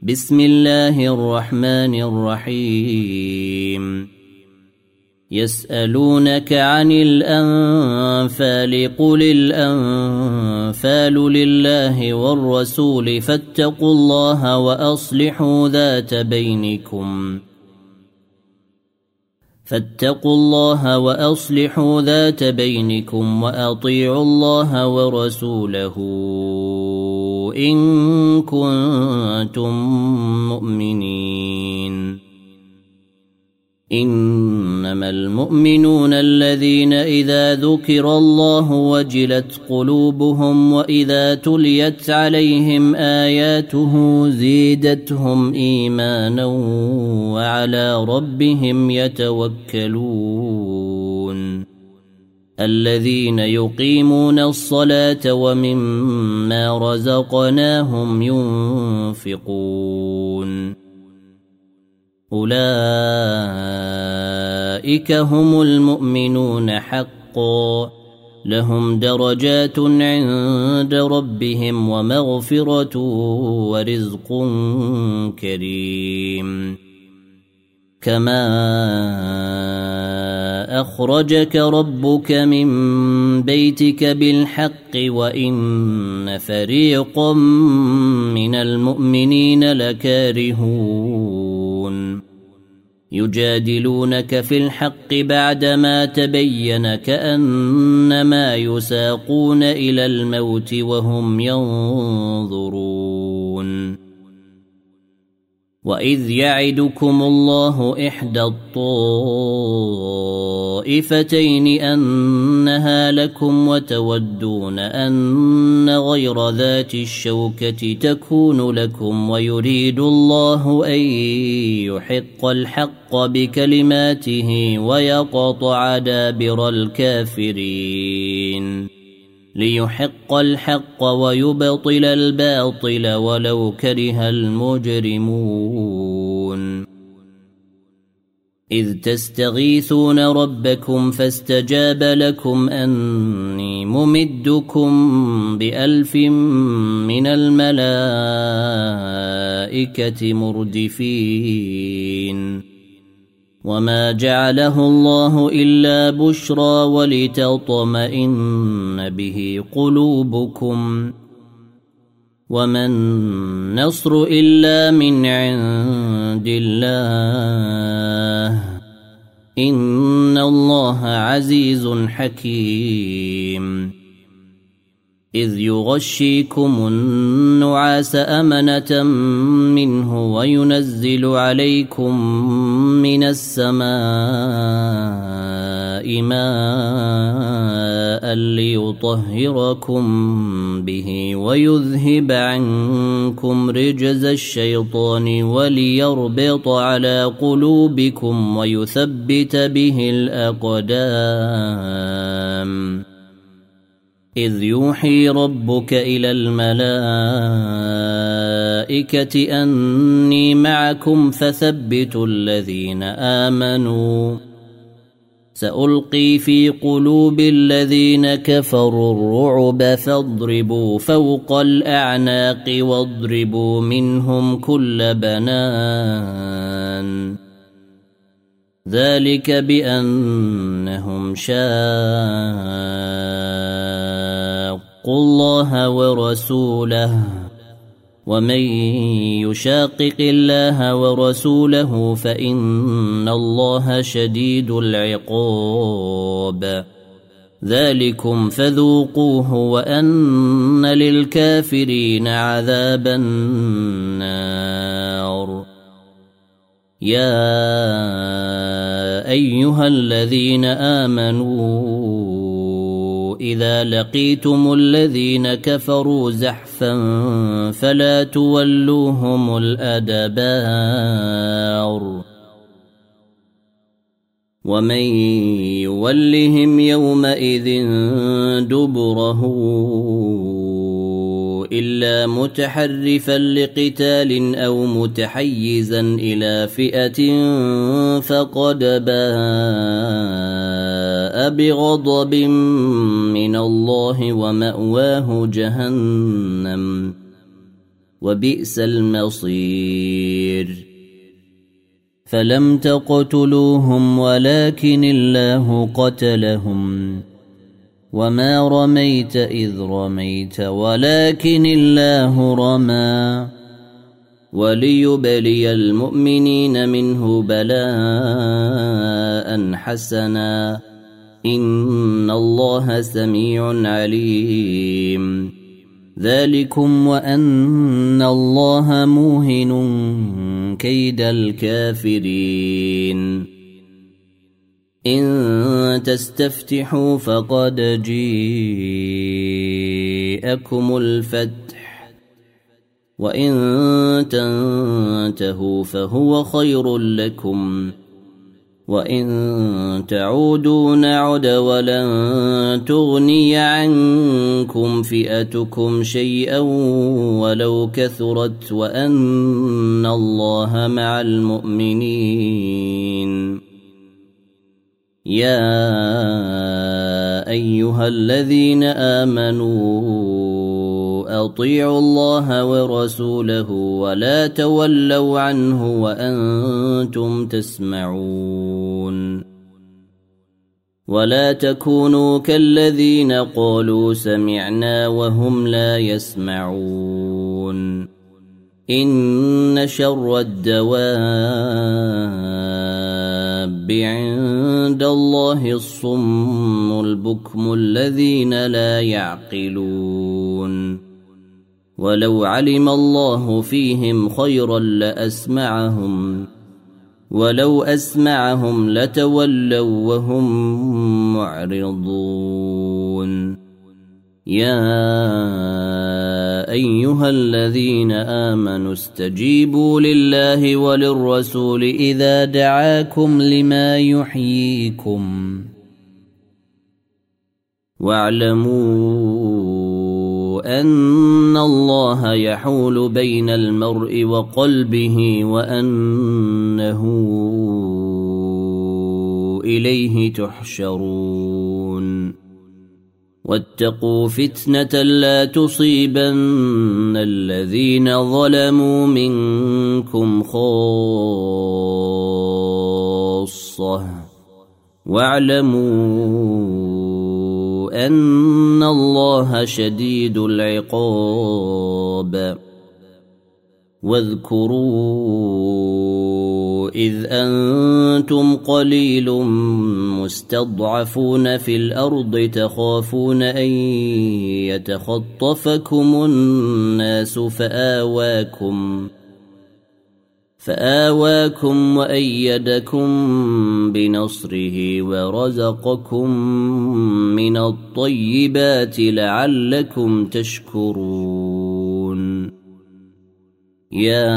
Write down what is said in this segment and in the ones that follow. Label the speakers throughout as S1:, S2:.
S1: بسم الله الرحمن الرحيم يسألونك عن الأنفال قل الأنفال لله والرسول فاتقوا الله وأصلحوا ذات بينكم وأطيعوا الله ورسوله إن كنتم مؤمنين إنما المؤمنون الذين إذا ذكر الله وجلت قلوبهم وإذا تليت عليهم آياته زيدتهم إيمانا وعلى ربهم يتوكلون الذين يقيمون الصلاة ومما رزقناهم ينفقون أولئك هم المؤمنون حقا لهم درجات عند ربهم ومغفرة ورزق كريم كما أخرجك ربك من بيتك بالحق وإن فريقا من المؤمنين لكارهون يجادلونك في الحق بعدما تبين كأنما يساقون إلى الموت وهم ينظرون وإذ يعدكم الله إحدى الطائفتين أنها لكم وتودون أن غير ذات الشوكة تكون لكم ويريد الله أن يحق الحق بكلماته ويقطع دابر الكافرين ليحق الحق ويبطل الباطل ولو كره المجرمون إذ تستغيثون ربكم فاستجاب لكم أني ممدكم ب1000 من الملائكة مردفين وما جعله الله إلا بشرى ولتطمئن به قلوبكم وما النصر إلا من عند الله إن الله عزيز حكيم إذ يغشيكم النعاس أمنة منه وينزل عليكم من السماء ماء ليطهركم به ويذهب عنكم رجز الشيطان وليربط على قلوبكم ويثبت به الأقدام إذ يوحي ربك إلى الملائكة أني معكم فثبتوا الذين آمنوا سألقي في قلوب الذين كفروا الرعب فاضربوا فوق الأعناق واضربوا منهم كل بنان ذلك بأنهم شاقوا الله ورسوله ومن يشاقق الله ورسوله فإن الله شديد العقاب ذلكم فذوقوه وأن للكافرين عذاب النار يا أيها الذين آمنوا إذا لقيتم الذين كفروا زحفا فلا تولوهم الأدبار ومن يولهم يومئذ دبره إلا متحرفا لقتال أو متحيزا إلى فئة فقد باء بغضب من الله ومأواه جهنم وبئس المصير فلم تقتلوهم ولكن الله قتلهم وما رميت إذ رميت ولكن الله رمى وليبلي المؤمنين منه بلاء حسنا إن الله سميع عليم ذلكم وأن الله موهن كيد الكافرين إن تستفتحوا فقد جيءكم الفتح وإن تنتهوا فهو خير لكم وإن تعودوا نعد ولن تغني عنكم فئتكم شيئا ولو كثرت وأن الله مع المؤمنين يا أيها الذين آمنوا أطيعوا الله ورسوله ولا تولوا عنه وأنتم تسمعون ولا تكونوا كالذين قالوا سمعنا وهم لا يسمعون إن شر الدواب عند الله الصم البكم الذين لا يعقلون ولو علم الله فيهم خيرا لأسمعهم ولو أسمعهم لتولوا وهم معرضون يا أيها الذين آمنوا استجيبوا لله وللرسول إذا دعاكم لما يحييكم واعلموا أن الله يحول بين المرء وقلبه وأنه إليه تحشرون واتقوا فتنة لا تصيبن الذين ظلموا منكم خاصة واعلموا أن الله شديد العقاب واذكروا إذ أنتم قليل مستضعفون في الأرض تخافون أن يتخطفكم الناس فآواكم وأيدكم بنصره ورزقكم من الطيبات لعلكم تشكرون يا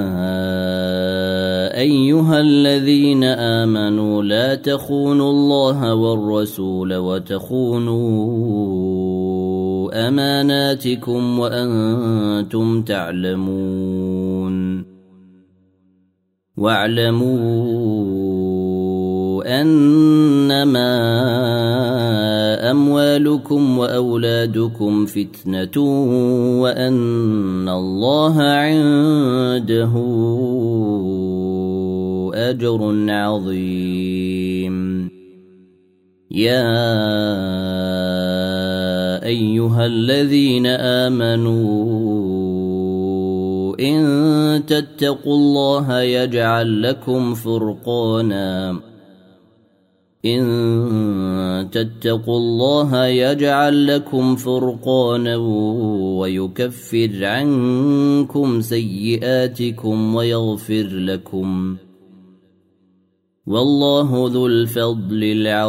S1: أيها الذين آمنوا لا تخونوا الله والرسول وتخونوا أماناتكم وأنتم تعلمون واعلموا أنما أموالكم وأولادكم فتنة وأن الله عنده أجر عظيم يا أيها الذين آمنوا إن تتقوا الله يجعل لكم فرقانا ويكفر عنكم سيئاتكم ويغفر لكم والله ذو الفضل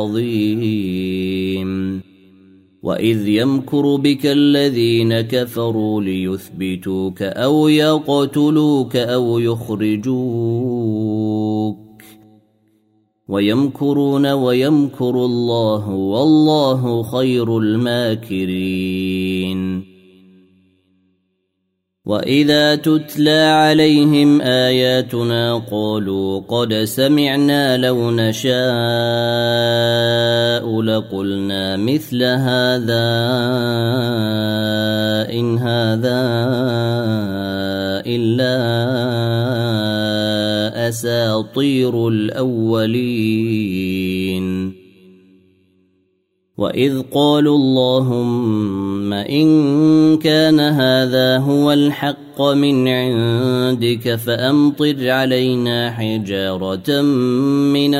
S1: العظيم وإذ يمكر بك الذين كفروا ليثبتوك أو يقتلوك أو يخرجوك ويمكرون ويمكر الله والله خير الماكرين وإذا تتلى عليهم آياتنا قالوا قد سمعنا لو نشاء لقلنا مثل هذا إن هذا إلا أساطير الأولين وإذ قالوا اللهم إن كان هذا هو الحق من عندك فأمطر علينا حجارة من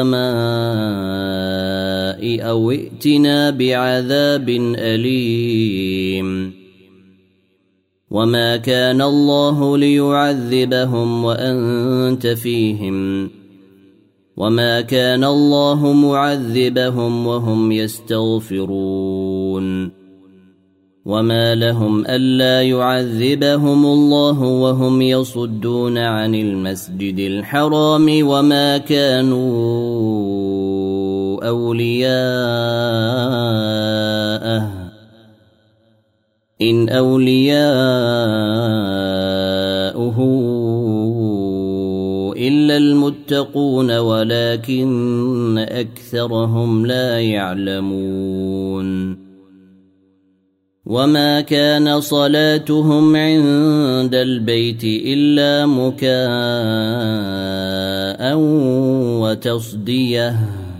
S1: السماء أو ائتنا بعذاب أليم وما كان الله ليعذبهم وأنت فيهم وما كان الله معذبهم وهم يستغفرون وما لهم ألا يعذبهم الله وهم يصدون عن المسجد الحرام وما كانوا أولياءه إن أولياؤه إلا المتقون ولكن أكثرهم لا يعلمون وما كان صلاتهم عند البيت إلا مكاء وتصدية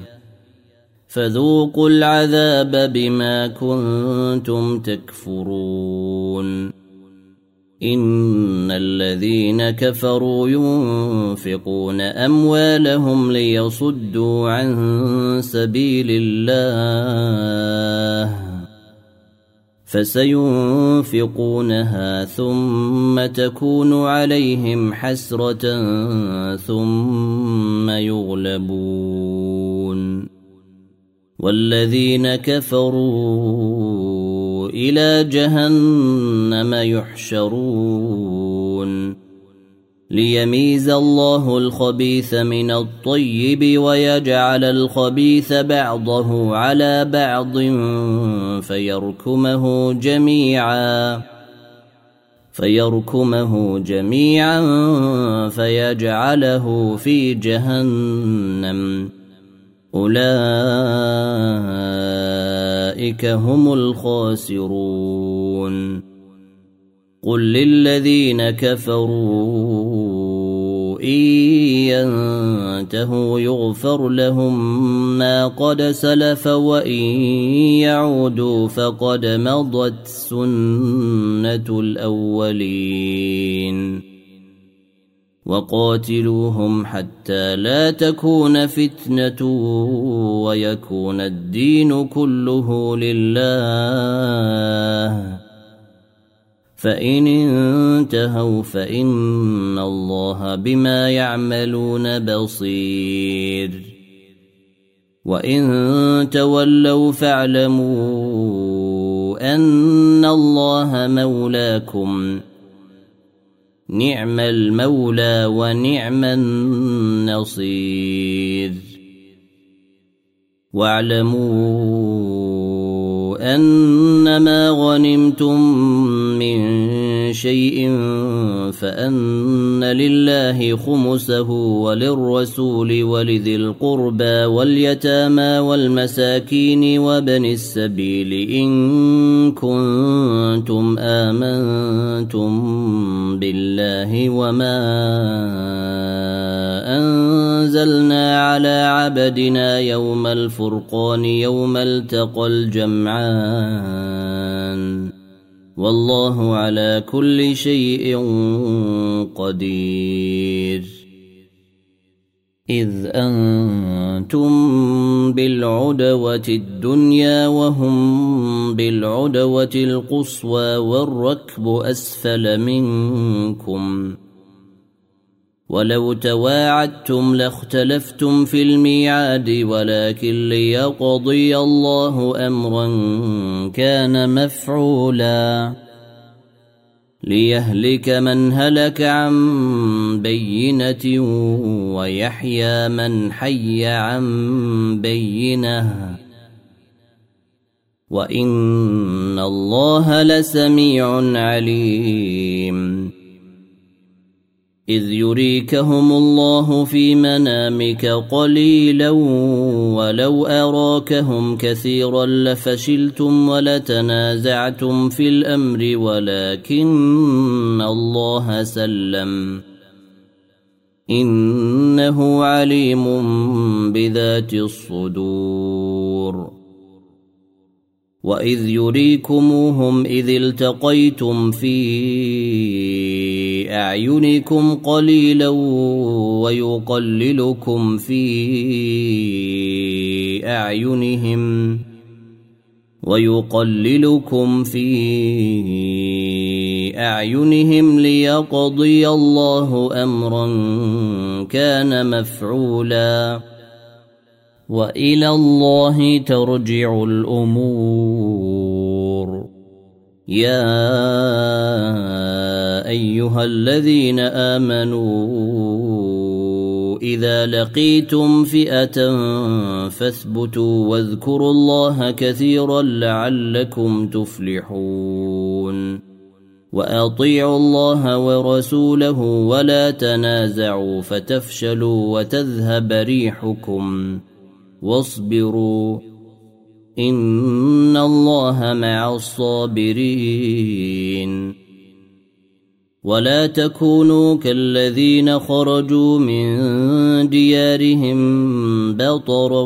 S1: فذوقوا العذاب بما كنتم تكفرون إن الذين كفروا ينفقون أموالهم ليصدوا عن سبيل الله فسينفقونها ثم تكون عليهم حسرة ثم يغلبون والذين كفروا إلى جهنم يحشرون ليميز الله الخبيث من الطيب ويجعل الخبيث بعضه على بعض فيركمه جميعا فيجعله في جهنم أولئك هم الخاسرون قل للذين كفروا إن ينتهوا يغفر لهم ما قد سلف وإن يعودوا فقد مضت سنة الأولين وقاتلوهم حتى لا تكون فتنة ويكون الدين كله لله فإن انتهوا فإن الله بما يعملون بصير وإن تولوا فاعلموا أن الله مولاكم نعم المولى ونعم النصير واعلموا أنما غنمتم من شيء فأن لله خمسه وللرسول ولذي القربى واليتامى والمساكين وابن السبيل إن كنتم آمنتم بالله وما أنزلنا على عبدنا يوم الفرقان يوم التقى الجمعان والله على كل شيء قدير إذ أنتم بالعدوة الدنيا وهم بالعدوة القصوى والركب أسفل منكم ولو تواعدتم لاختلفتم في الميعاد ولكن ليقضي الله أمرا كان مفعولا ليهلك من هلك عن بينة ويحيى من حي عن بينة وإن الله لسميع عليم إذ يريكهم الله في منامك قليلا ولو أراكهم كثيرا لفشلتم ولتنازعتم في الأمر ولكن الله سلم إنه عليم بذات الصدور وإذ يريكموهم إذ التقيتم في أعينكم قليلا ويقللكم في أعينهم ليقضي الله أمرا كان مفعولا وإلى الله ترجع الأمور يا أيها الذين آمنوا إذا لقيتم فئة فاثبتوا واذكروا الله كثيرا لعلكم تفلحون وأطيعوا الله ورسوله ولا تنازعوا فتفشلوا وتذهب ريحكم واصبروا إن الله مع الصابرين ولا تكونوا كالذين خرجوا من ديارهم بطرا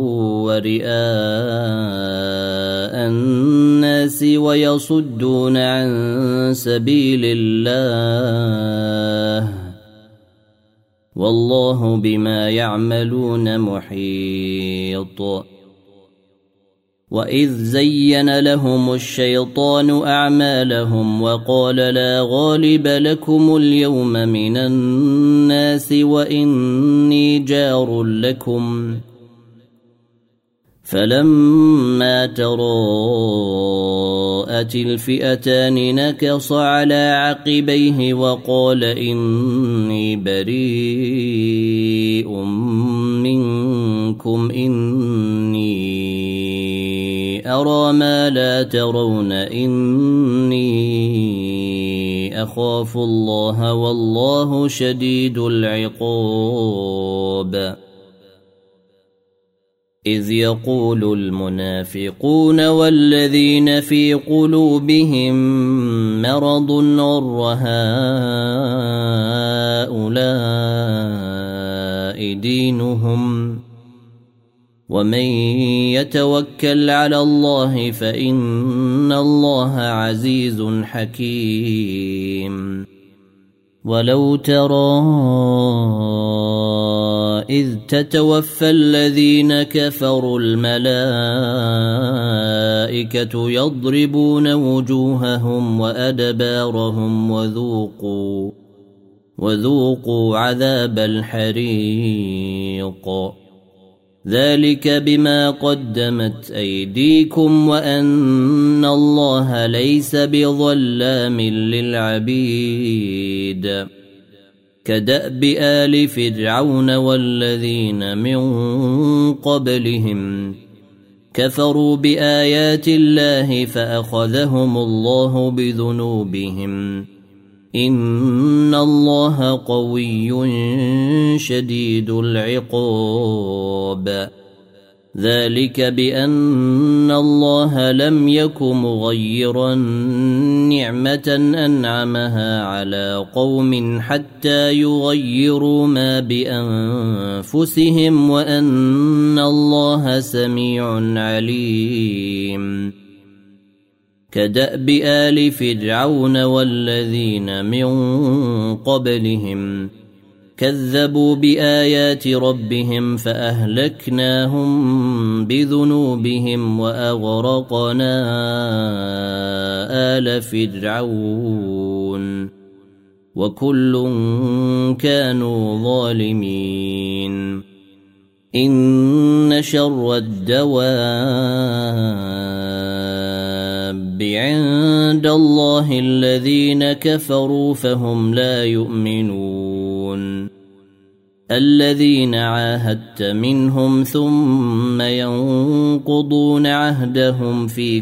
S1: ورئاء الناس ويصدون عن سبيل الله والله بما يعملون محيط وإذ زين لهم الشيطان أعمالهم وقال لا غالب لكم اليوم من الناس وإني جار لكم فلما تراءت الفئتان نكص على عقبيه وقال إني بريء منكم إني أرى ما لا ترون إني أخاف الله والله شديد العقاب إذ يقول المنافقون والذين في قلوبهم مرض غر هؤلاء دينهم ومن يتوكل على الله فإن الله عزيز حكيم ولو ترى إذ تتوفى الذين كفروا الملائكة يضربون وجوههم وأدبارهم وذوقوا عذاب الحريق ذلك بما قدمت أيديكم وأن الله ليس بظلام للعبيد كدأب آل فرعون والذين من قبلهم كفروا بآيات الله فأخذهم الله بذنوبهم إن الله قوي شديد العقاب ذلك بأن الله لم يك مغيرا نعمة أنعمها على قوم حتى يغيروا ما بأنفسهم وأن الله سميع عليم كدأب آل فرعون والذين من قبلهم كذبوا بآيات ربهم فأهلكناهم بذنوبهم وأغرقنا آل فرعون وكل كانوا ظالمين إن شر الدواب عند الله الذين كفروا فهم لا يؤمنون الذين عاهدت منهم ثم ينقضون عهدهم في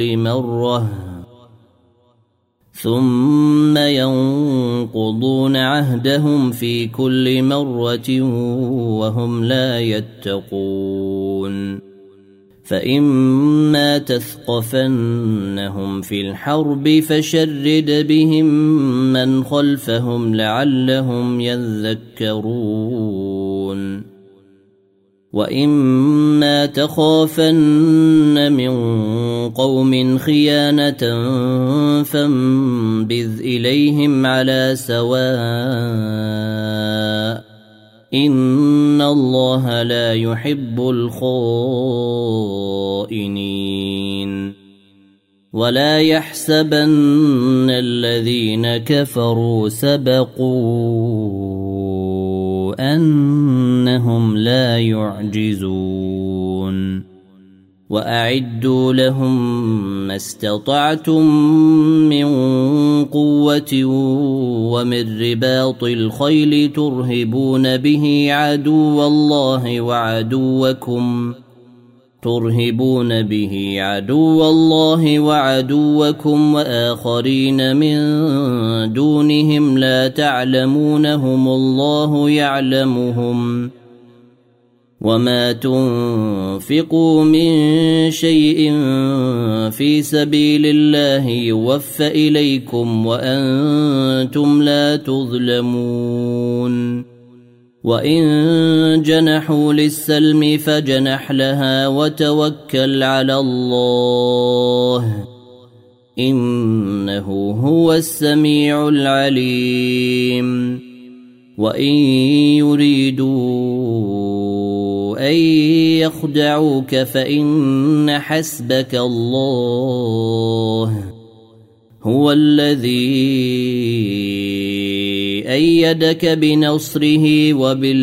S1: كل مرة وهم لا يتقون فإما تثقفنهم في الحرب فشرد بهم من خلفهم لعلهم يذكرون وإما تخافن من قوم خيانة فانبذ إليهم على سواء إن الله لا يحب الخائنين ولا يحسبن الذين كفروا سبقوا أنهم لا يعجزون وأعدوا لهم ما استطعتم من قوة ومن رباط الخيل ترهبون به عدو الله وعدوكم وآخرين من دونهم لا تعلمونهم الله يعلمهم وما تنفقوا من شيء في سبيل الله يوفى إليكم وأنتم لا تظلمون وإن جنحوا للسلم فجنح لها وتوكل على الله إنه هو السميع العليم وإن يريدوا أن يخدعوك فإن حسبك الله هو الذي أيدك بنصره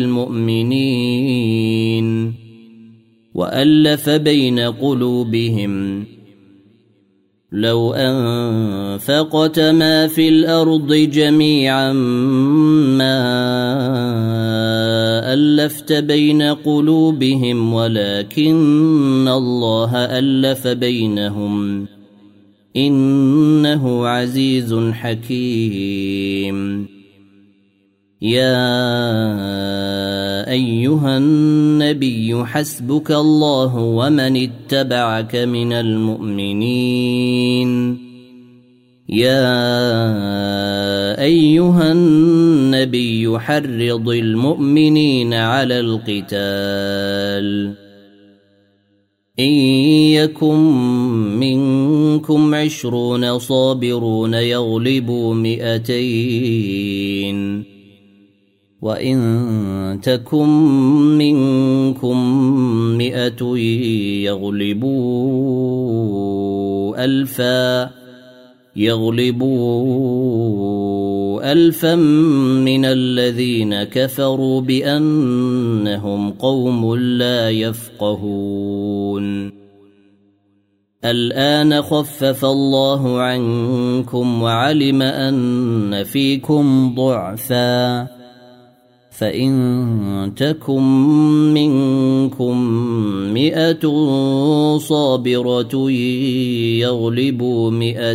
S1: وبالمؤمنين وألف بين قلوبهم لو أنفقت ما في الأرض جميعا ما ألفت بين قلوبهم ولكن الله ألف بينهم إنه عزيز حكيم يا أيها النبي حسبك الله ومن اتبعك من المؤمنين يا أيها النبي حرض المؤمنين على القتال إن يكن منكم 20 صابرون يغلبوا 200 وإن تكن منكم 100 يغلبوا 1000 من الذين كفروا بأنهم قوم لا يفقهون الآن خفف الله عنكم وعلم أن فيكم ضعفا فإن تكن منكم 100 صابرة يغلبوا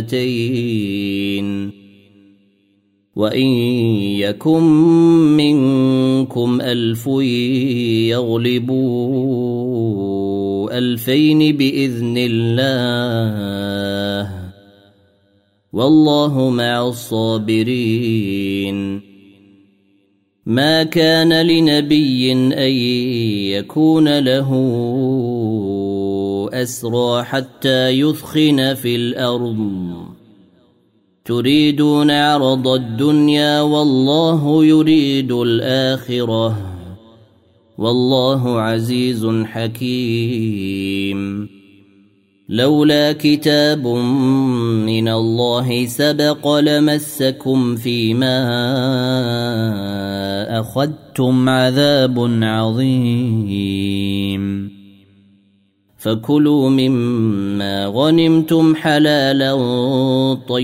S1: 200 وإن يكن منكم 1000 يغلبوا 2000 بإذن الله والله مع الصابرين ما كان لنبي أن يكون له أسرى حتى يثخن في الأرض تريدون عرض الدنيا والله يريد الآخرة والله عزيز حكيم لولا كتاب من الله سبق لمسكم فيما أخذتم عذاب عظيم فكلوا مما غنمتم حلالا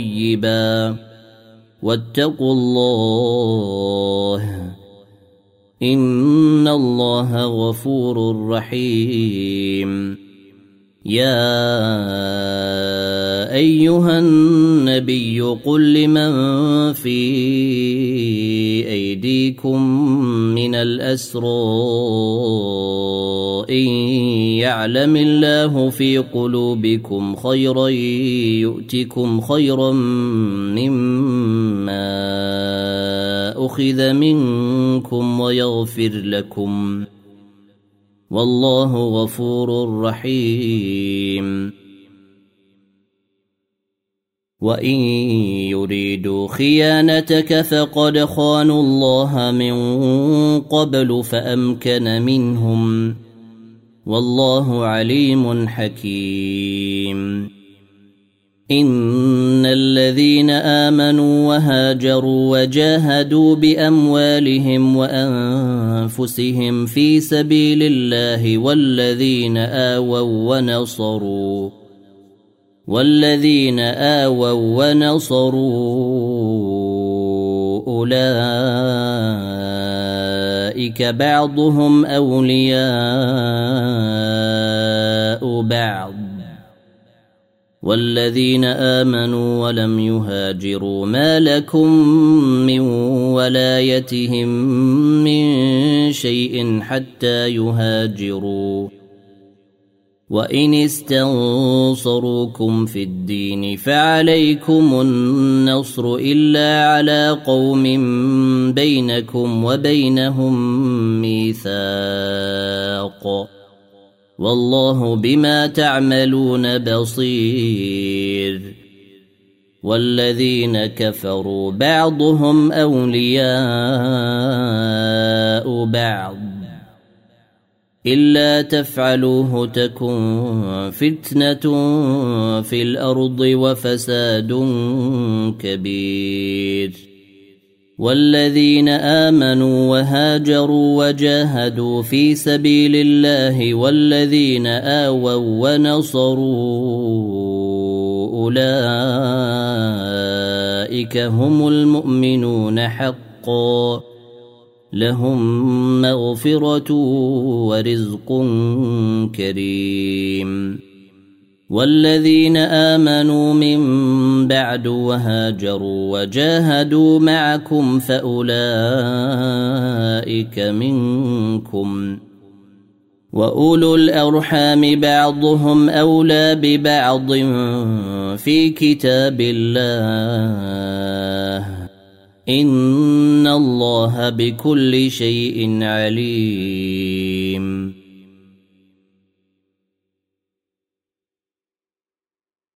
S1: طيبا واتقوا الله إن الله غفور رحيم يا أيها النبي قل لمن في أيديكم من الأسرى إن يعلم الله في قلوبكم خيرا يؤتكم خيرا مما أخذ منكم ويغفر لكم والله غفور رحيم وإن يريدوا خيانتك فقد خانوا الله من قبل فأمكن منهم والله عليم حكيم إن الذين آمنوا وهاجروا وجاهدوا بأموالهم وأنفسهم في سبيل الله والذين آووا ونصروا أولئك بعضهم أولياء بعض والذين آمنوا ولم يهاجروا ما لكم من ولايتهم من شيء حتى يهاجروا وإن استنصروكم في الدين فعليكم النصر إلا على قوم بينكم وبينهم ميثاق والله بما تعملون بصير والذين كفروا بعضهم أولياء بعض إلا تفعلوه تكن فتنة في الأرض وفساد كبير والذين آمنوا وهاجروا وجاهدوا في سبيل الله والذين آووا ونصروا أولئك هم المؤمنون حقا لهم مغفرة ورزق كريم والذين آمنوا من بعد وهاجروا وجاهدوا معكم فأولئك منكم وأولو الأرحام بعضهم أولى ببعض في كتاب الله إن الله بكل شيء عليم